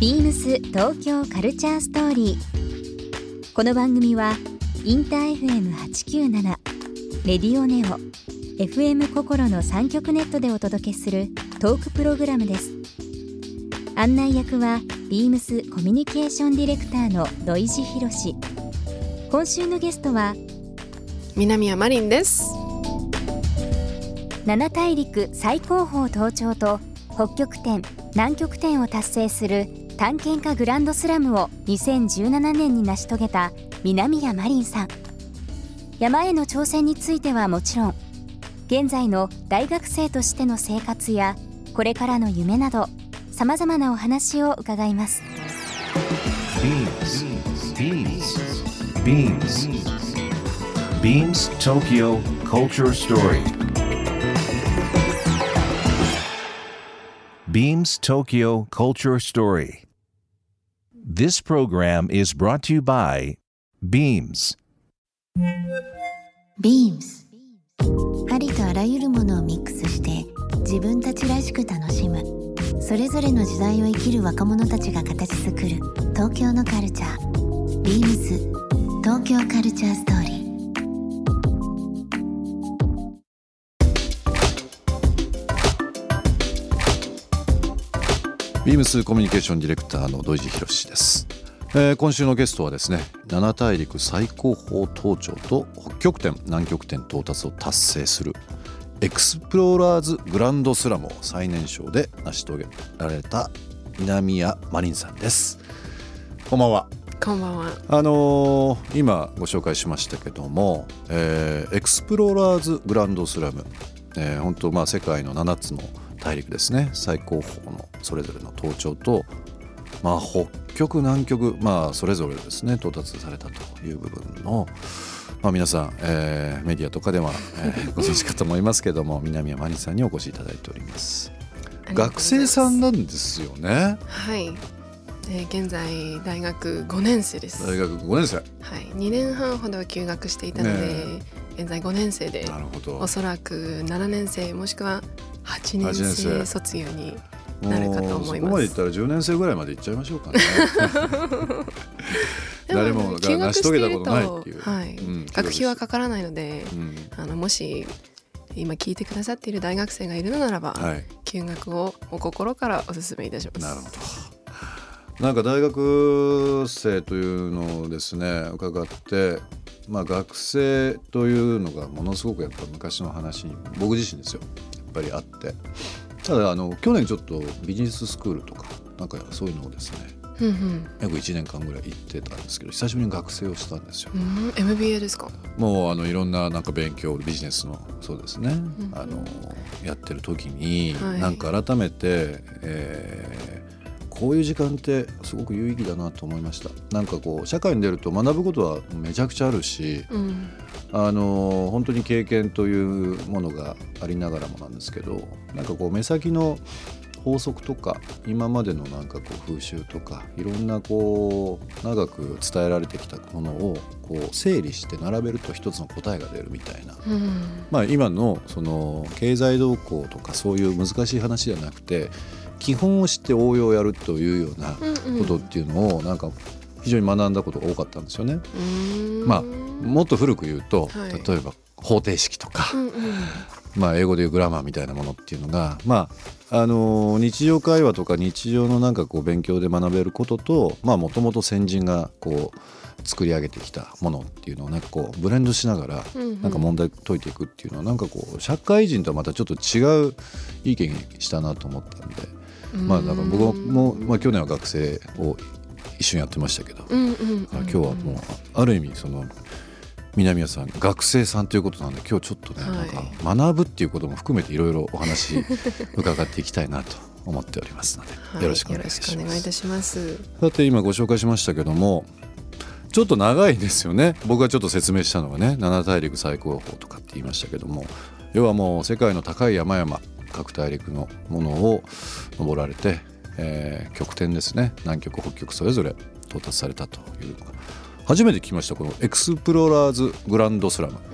ビームス東京カルチャーストーリー。この番組はインター FM897 レディオネオ FM 心の3極ネットでお届けするトークプログラムです。案内役はビームスコミュニケーションディレクターの土井博志。今週のゲストは南谷マリンです。 7大陸最高峰登頂と北極点南極点を達成する探検家グランドスラムを2017年に成し遂げた南谷マリンさん。山への挑戦についてはもちろん、現在の大学生としての生活やこれからの夢などさまざまなお話を伺います。 Beams Tokyo Culture Story. Beams Tokyo Culture Story. This program is brought to you by Beams. Beams ありとあらゆるものをミックスして自分たちらしく楽しむ、それぞれの時代を生きる若者たちが形作る東京のカルチャー。 Beams 東京カルチャーストーリー。 ビームスコミュニケーションディレクターの土井博志です。今週のゲストはですね、7大陸最高峰登頂と北極点南極点到達を達成するエクスプローラーズグランドスラムを最年少で成し遂げられた南谷マリンさんです。こんばんは。 こんばんは。 今ご紹介しましたけども、エクスプローラーズグランドスラム、本当世界の7つの大陸ですね、最高峰のそれぞれの登頂と、北極南極、それぞれですね到達されたという部分の、皆さん、メディアとかでは、ご存知かと思いますけども、南谷マリンさんにお越しいただいております。学生さんなんですよね。 はい、現在大学5年生です。 大学5年生。 はい、2年半ほど休学していたので、現在5年生で、 なるほど、おそらく7年生もしくは8年生卒業になるかと思います。 そこまでいったら10年生ぐらいまでいっちゃいましょうかね。誰もが成し遂げたことないっていう、 学費はかからないので、もし今聞いてくださっている大学生がいるのならば、休学をお心からお勧めいたします。 なるほど。なんか大学生というのをですね伺って、学生というのがものすごくやっぱ昔の話に僕自身ですよやっぱりあって、ただ去年ちょっとビジネススクールとかなんかそういうのをですね、約1年間ぐらい行ってたんですけど、久しぶりに学生をしたんですよ。 MBA ですか？ もういろんななんか勉強ビジネスのそうですね、やってる時に、なんか改めて、こういう時間ってすごく有意義だなと思いました。なんかこう社会に出ると学ぶことはめちゃくちゃあるし、本当に経験というものがありながらもなんですけど、なんかこう目先の法則とか今までのなんかこう風習とかいろんなこう長く伝えられてきたものをこう整理して並べると一つの答えが出るみたいな、今のその経済動向とかそういう難しい話じゃなくて、基本を知って応用をやるというようなことっていうのをなんか非常に学んだことが多かったんですよね。もっと古く言うと、例えば方程式とか、英語でいうグラマーみたいなものっていうのが、日常会話とか日常のなんかこう勉強で学べることと、もともと先人がこう作り上げてきたものっていうのをなんかこうブレンドしながらなんか問題解いていくっていうのはなんかこう社会人とはまたちょっと違う意見したなと思ったんで、だから僕も、去年は学生を一緒にやってましたけど、今日はもうある意味その南谷さん学生さんということなんで、今日ちょっとね、なんか学ぶっていうことも含めていろいろお話伺っていきたいなと思っておりますので、よろしくお願いします。 よろしくお願いいたします。 さて今ご紹介しましたけども、ちょっと長いですよね。僕がちょっと説明したのがね、7大陸最高峰とかって言いましたけども、要はもう世界の高い山々各大陸のものを登られて、極点ですね、南極北極それぞれ到達されたというのが初めて聞きました。このエクスプローラーズグランドスラム、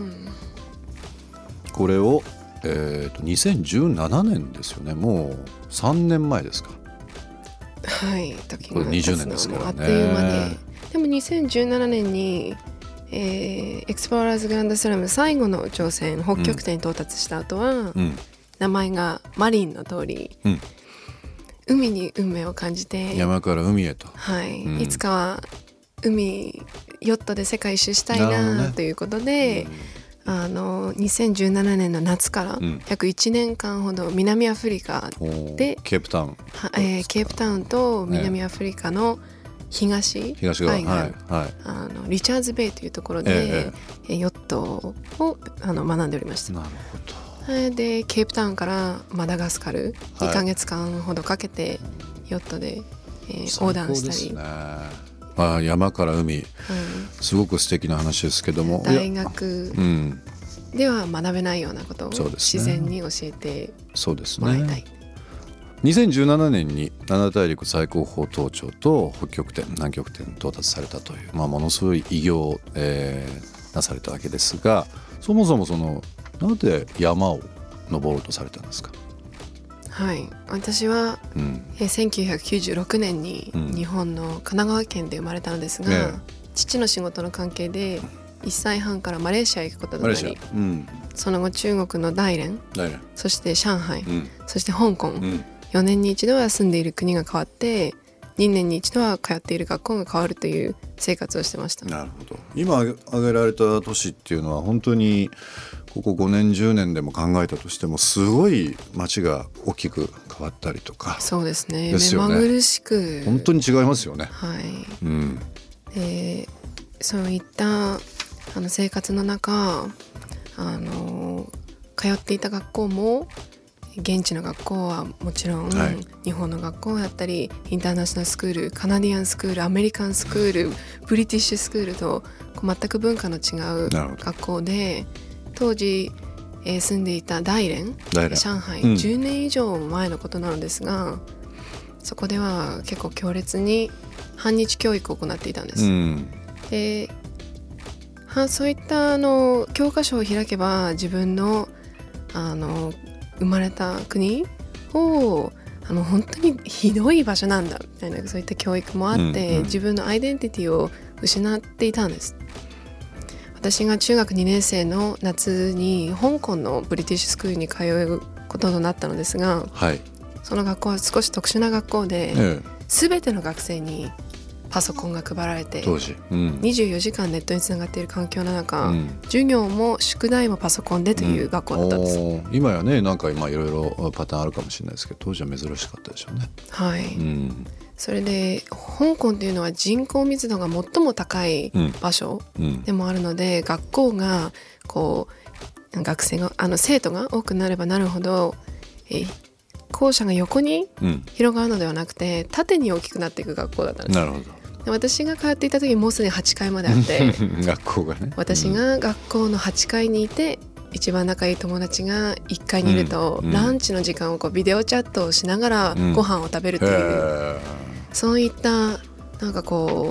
これを、2017年ですよね。もう3年前ですか。 はい、時が 20年ですからね。 あっという間で、でも2017年に、エクスプローラーズグランドスラム最後の挑戦北極点に到達した後は、名前がマリンの通り、海に運命を感じて山から海へと、 はい、いつかは海ヨットで世界一周したいなということで、2017年の夏から約1年間ほど南アフリカで、 ケープタウン、 ケープタウンと南アフリカの東側、 リチャーズベイというところで、ヨットを学んでおりました。 なるほど。 でケープタウンからマダガスカル2ヶ月間ほどかけてヨットで、横断したり、 山から海、すごく素敵な話ですけども、 大学では学べないようなことを自然に教えてもらいたい。 2017年に七大陸最高峰登頂と北極点南極点に到達されたという、ものすごい偉業を、なされたわけですが、そもそもなぜ山を登ろうとされたんですか？ はい、私は、1996年に日本の神奈川県で生まれたのですが、父の仕事の関係で1歳半からマレーシアへ行くこととなり、その後中国の大連、そして上海、そして香港、4年に一度は住んでいる国が変わって2年に一度は通っている学校が変わるという生活をしてました。 なるほど。今挙げられた都市っていうのは本当にここ5年10年でも考えたとしてもすごい街が大きく変わったりとか。 そうですね。目まぐるしく本当に違いますよね。 はい。でそういった生活の中通っていた学校も現地の学校はもちろん、日本の学校だったりインターナショナルスクール、カナディアンスクール、アメリカンスクール、ブリティッシュスクールと全く文化の違う学校で、当時、住んでいた大連上海、10年以上前のことなのですが、そこでは結構強烈に反日教育を行っていたんです。でそういった教科書を開けば自分の生まれた国を本当にひどい場所なんだみたいな、そういった教育もあって、自分のアイデンティティを失っていたんです。私が中学2年生の夏に香港のブリティッシュスクールに通うこととなったのですが、その学校は少し特殊な学校で、全ての学生にパソコンが配られて、 当時、 24時間ネットにつながっている環境の中、授業も宿題もパソコンでという学校だったんです。 今やね、なんか今いろいろパターンあるかもしれないですけど、当時は珍しかったでしょうね。 はい、それで香港というのは人口密度が最も高い場所でもあるので、学校が学生が生徒が多くなればなるほど、校舎が横に広がるのではなくて、縦に大きくなっていく学校だったんです。 なるほど。 で私が通っていた時もうすでに8階まであって学校がね、 私が学校の8階にいて、一番仲いい友達が1階にいると、ランチの時間をビデオチャットをしながらご飯を食べるという、そういったなんか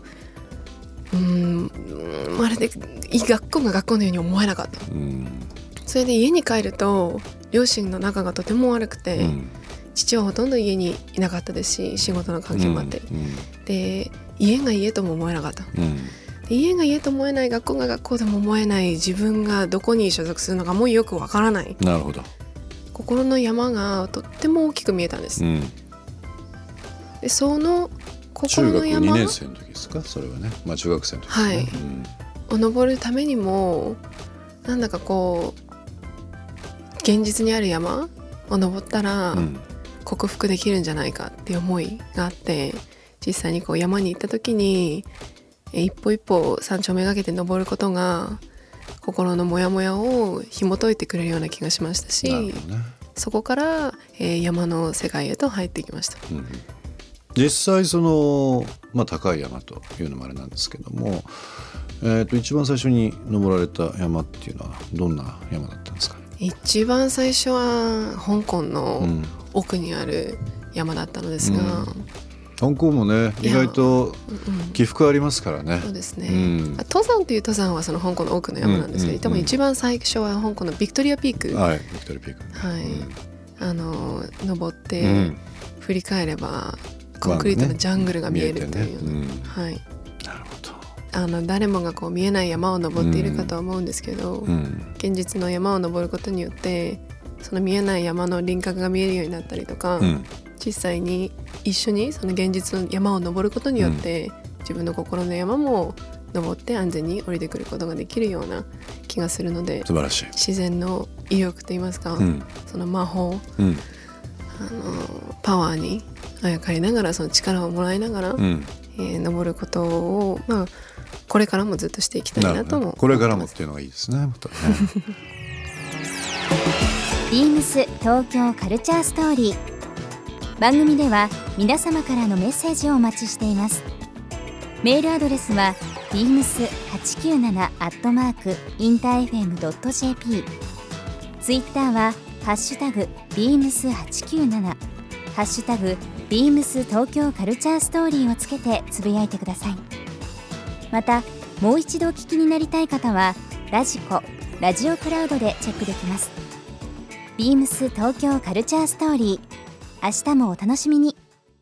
まるでいい学校が学校のように思えなかった。それで家に帰ると両親の仲がとても悪くて、父はほとんど家にいなかったですし、仕事の関係もあって、で家が家とも思えなかった。で家が家と思えない、学校が学校とも思えない、自分がどこに所属するのかもよくわからない。 なるほど。 心の山がとっても大きく見えたんです。でその心の山、 中学2年生の時ですか、それはね。中学生の時ですね。 を登るためにも、なんだか現実にある山を登ったら克服できるんじゃないかっていう思いがあって、実際に山に行った時に一歩一歩山頂をめがけて登ることが心のモヤモヤを紐解いてくれるような気がしましたし、そこから、山の世界へと入ってきました。 実際高い山というのもあれなんですけども、一番最初に登られた山っていうのはどんな山だったんですか？ 一番最初は香港の奥にある山だったのですが、 香港もね、意外と起伏ありますからね。 そうですね、登山という登山はその香港の奥の山なんですけど、多分一番最初は香港のビクトリアピーク、 ビクトリアピーク、 登って、振り返ればコンクリートのジャングルが見えるという、 はい、なるほど。 誰もがこう見えない山を登っているかとは思うんですけど、現実の山を登ることによってその見えない山の輪郭が見えるようになったりとか、実際に一緒にその現実の山を登ることによって、自分の心の山も登って安全に降りてくることができるような気がするので、 素晴らしい。 自然の威力といいますか、その魔法、パワーにあやかりながら、その力をもらいながら、登ることを、これからもずっとしていきたいなとも思ってます。 これからもっていうのがいいですね。またねビームス東京カルチャーストーリー。番組では皆様からのメッセージをお待ちしています。メールアドレスは beams897@interfm.jp、 ツイッターはハッシュタグ beams897、 ハッシュタグ beams 東京カルチャーストーリーをつけてつぶやいてください。またもう一度お聞きになりたい方はラジコ、ラジオクラウドでチェックできます。ビームス東京カルチャーストーリー、明日もお楽しみに。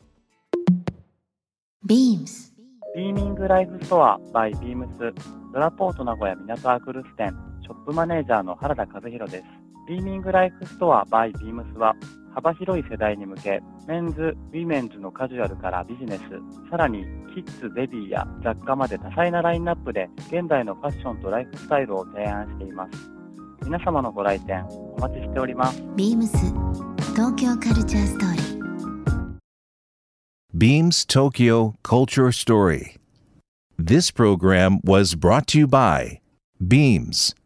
ビームスビーミングライフストア by ビームスドラポート名古屋港アクルス店ショップマネージャーの原田和弘です。ビーミングライフストア by ビームスは幅広い世代に向け、メンズ、ウィメンズのカジュアルからビジネス、さらにキッズ、ベビーや雑貨まで多彩なラインナップで現代のファッションとライフスタイルを提案しています。皆様のご来店お待ちしております。 ビームス東京カルチャーストーリー。 Beams Tokyo Culture Story. This program was brought to you by Beams.